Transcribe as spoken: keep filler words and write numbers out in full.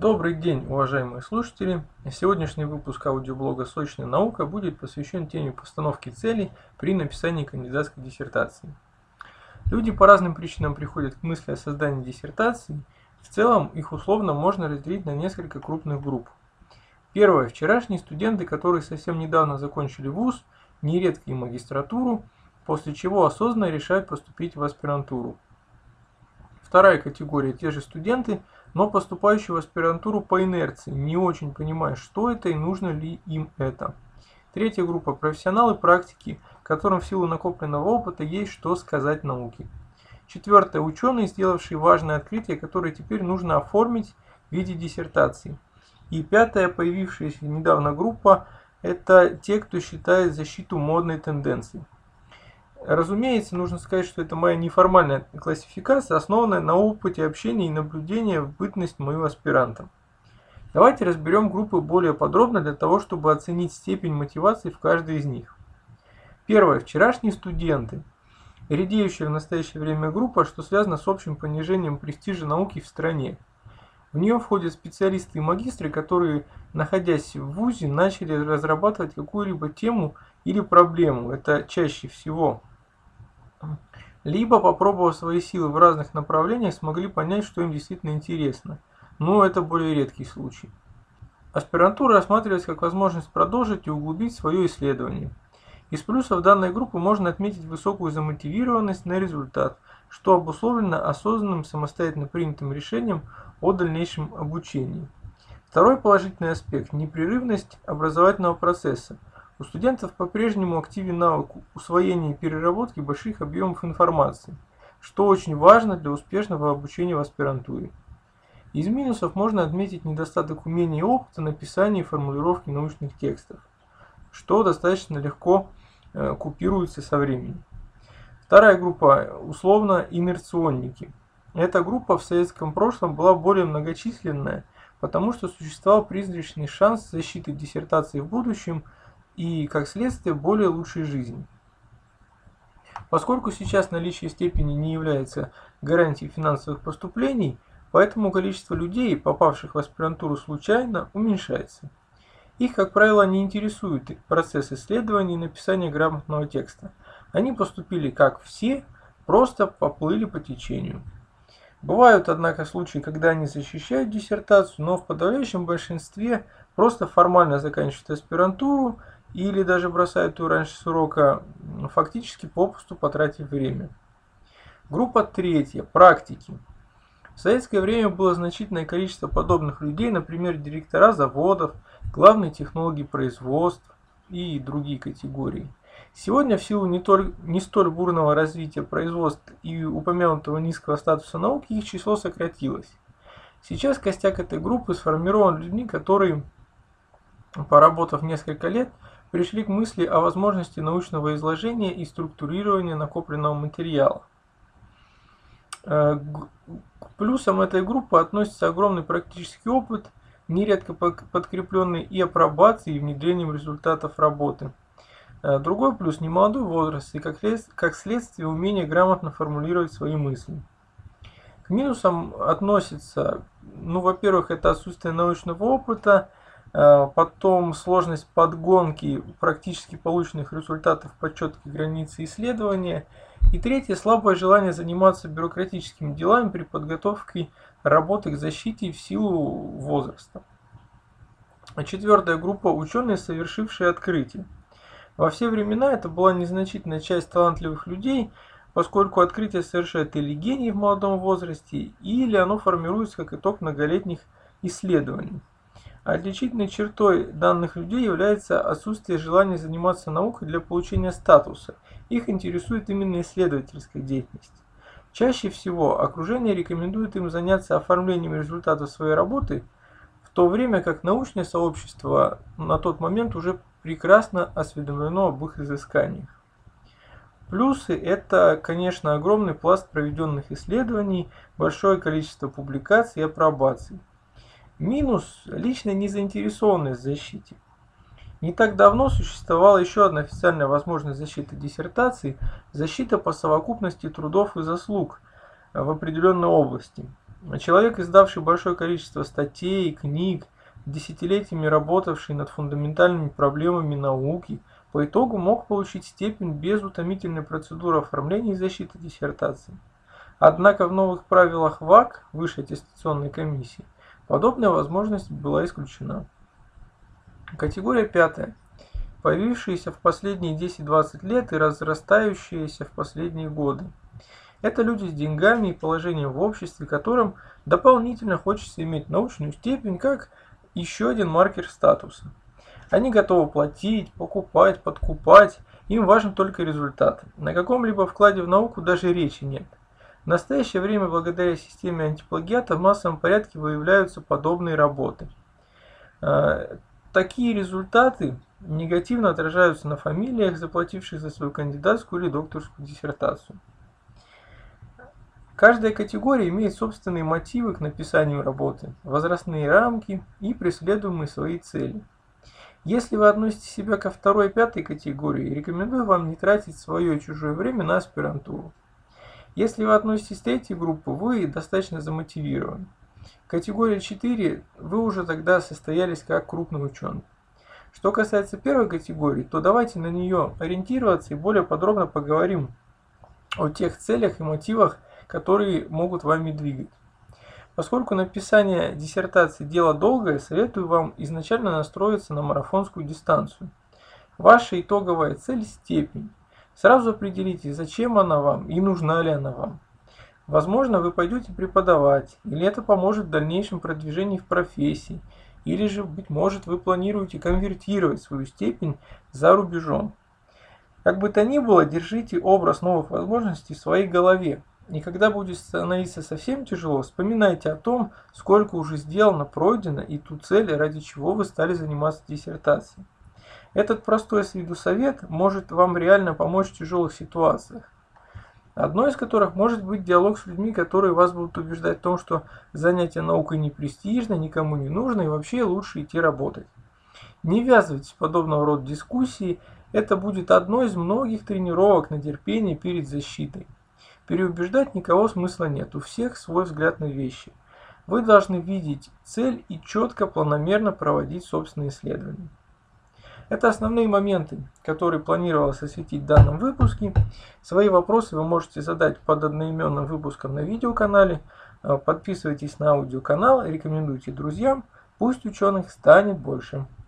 Добрый день, уважаемые слушатели! Сегодняшний выпуск аудиоблога «Сочная наука» будет посвящен теме постановки целей при написании кандидатской диссертации. Люди по разным причинам приходят к мысли о создании диссертации. В целом их условно можно разделить на несколько крупных групп. Первое. Вчерашние студенты, которые совсем недавно закончили вуз, нередко и магистратуру, после чего осознанно решают поступить в аспирантуру. Вторая категория – те же студенты, но поступающие в аспирантуру по инерции, не очень понимая, что это и нужно ли им это. Третья группа – профессионалы практики, которым в силу накопленного опыта есть что сказать науке. Четвертое – ученые, сделавшие важное открытие, которое теперь нужно оформить в виде диссертации. И пятая, появившаяся недавно группа – это те, кто считает защиту модной тенденции. Разумеется, нужно сказать, что это моя неформальная классификация, основанная на опыте общения и наблюдения в бытность моим аспирантом. Давайте разберем группы более подробно для того, чтобы оценить степень мотивации в каждой из них. Первое. Вчерашние студенты. Редеющая в настоящее время группа, что связано с общим понижением престижа науки в стране. В нее входят специалисты и магистры, которые, находясь в вузе, начали разрабатывать какую-либо тему или проблему. Это чаще всего. Либо, попробовав свои силы в разных направлениях, смогли понять, что им действительно интересно. Но это более редкий случай. Аспирантура рассматривается как возможность продолжить и углубить свое исследование. Из плюсов данной группы можно отметить высокую замотивированность на результат, что обусловлено осознанным самостоятельно принятым решением о дальнейшем обучении. Второй положительный аспект – непрерывность образовательного процесса. У студентов по-прежнему активен навык усвоения и переработки больших объемов информации, что очень важно для успешного обучения в аспирантуре. Из минусов можно отметить недостаток умения и опыта написания и формулировки научных текстов, что достаточно легко э, купируется со временем. Вторая группа – условно инерционники. Эта группа в советском прошлом была более многочисленная, потому что существовал призрачный шанс защиты диссертации в будущем и, как следствие, более лучшей жизни. Поскольку сейчас наличие степени не является гарантией финансовых поступлений, поэтому количество людей, попавших в аспирантуру случайно, уменьшается. Их, как правило, не интересует процесс исследования и написания грамотного текста. Они поступили как все, просто поплыли по течению. Бывают, однако, случаи, когда они защищают диссертацию, но в подавляющем большинстве просто формально заканчивают аспирантуру или даже бросают ее раньше срока, фактически попусту потратив время. Группа третья. Практики. В советское время было значительное количество подобных людей, например, директора заводов, главные технологи производств и другие категории. Сегодня в силу не, толь, не столь бурного развития производств и упомянутого низкого статуса науки их число сократилось. Сейчас костяк этой группы сформирован людьми, которые, поработав несколько лет, пришли к мысли о возможности научного изложения и структурирования накопленного материала. К плюсам этой группы относится огромный практический опыт, нередко подкрепленный и апробацией, и внедрением результатов работы. Другой плюс – немолодой возраст и, как следствие, умение грамотно формулировать свои мысли. К минусам относится, ну, во-первых, это отсутствие научного опыта, потом сложность подгонки практически полученных результатов под четкие границы исследования. И третье – слабое желание заниматься бюрократическими делами при подготовке работы к защите в силу возраста. А четвертая группа – ученые, совершившие открытие. Во все времена это была незначительная часть талантливых людей, поскольку открытие совершает или гений в молодом возрасте, или оно формируется как итог многолетних исследований. Отличительной чертой данных людей является отсутствие желания заниматься наукой для получения статуса. Их интересует именно исследовательская деятельность. Чаще всего окружение рекомендует им заняться оформлением результатов своей работы, в то время как научное сообщество на тот момент уже прекрасно осведомлено об их изысканиях. Плюсы – это, конечно, огромный пласт проведенных исследований, большое количество публикаций и апробаций. Минус – личная незаинтересованность в защите. Не так давно существовала еще одна официальная возможность защиты диссертации – защита по совокупности трудов и заслуг в определенной области. Человек, издавший большое количество статей, книг, десятилетиями работавший над фундаментальными проблемами науки, по итогу мог получить степень без утомительной процедуры оформления и защиты диссертации. Однако в новых правилах ВАК, Высшей аттестационной комиссии, подобная возможность была исключена. Категория пятая. Появившиеся в последние десять-двадцать лет и разрастающиеся в последние годы. Это люди с деньгами и положением в обществе, которым дополнительно хочется иметь научную степень как еще один маркер статуса. Они готовы платить, покупать, подкупать, им важен только результат. На каком-либо вкладе в науку даже речи нет. В настоящее время благодаря системе антиплагиата в массовом порядке выявляются подобные работы. Такие результаты негативно отражаются на фамилиях, заплативших за свою кандидатскую или докторскую диссертацию. Каждая категория имеет собственные мотивы к написанию работы, возрастные рамки и преследуемые свои цели. Если вы относите себя ко второй и пятой категории, рекомендую вам не тратить свое и чужое время на аспирантуру. Если вы относитесь к третьей группе, вы достаточно замотивированы. Категория четыре, вы уже тогда состоялись как крупный ученый. Что касается первой категории, то давайте на нее ориентироваться и более подробно поговорим о тех целях и мотивах, которые могут вами двигать. Поскольку написание диссертации дело долгое, советую вам изначально настроиться на марафонскую дистанцию. Ваша итоговая цель – степень. Сразу определите, зачем она вам и нужна ли она вам. Возможно, вы пойдете преподавать, или это поможет в дальнейшем продвижении в профессии, или же, быть может, вы планируете конвертировать свою степень за рубежом. Как бы то ни было, держите образ новых возможностей в своей голове. И когда будет становиться совсем тяжело, вспоминайте о том, сколько уже сделано, пройдено и ту цель, ради чего вы стали заниматься диссертацией. Этот простой с виду совет может вам реально помочь в тяжелых ситуациях. Одной из которых может быть диалог с людьми, которые вас будут убеждать в том, что занятие наукой не престижно, никому не нужно и вообще лучше идти работать. Не ввязывайтесь в подобного рода дискуссии, это будет одной из многих тренировок на терпение перед защитой. Переубеждать никого смысла нет, у всех свой взгляд на вещи. Вы должны видеть цель и четко, планомерно проводить собственные исследования. Это основные моменты, которые планировалось осветить в данном выпуске. Свои вопросы вы можете задать под одноименным выпуском на видеоканале. Подписывайтесь на аудиоканал, рекомендуйте друзьям. Пусть ученых станет больше.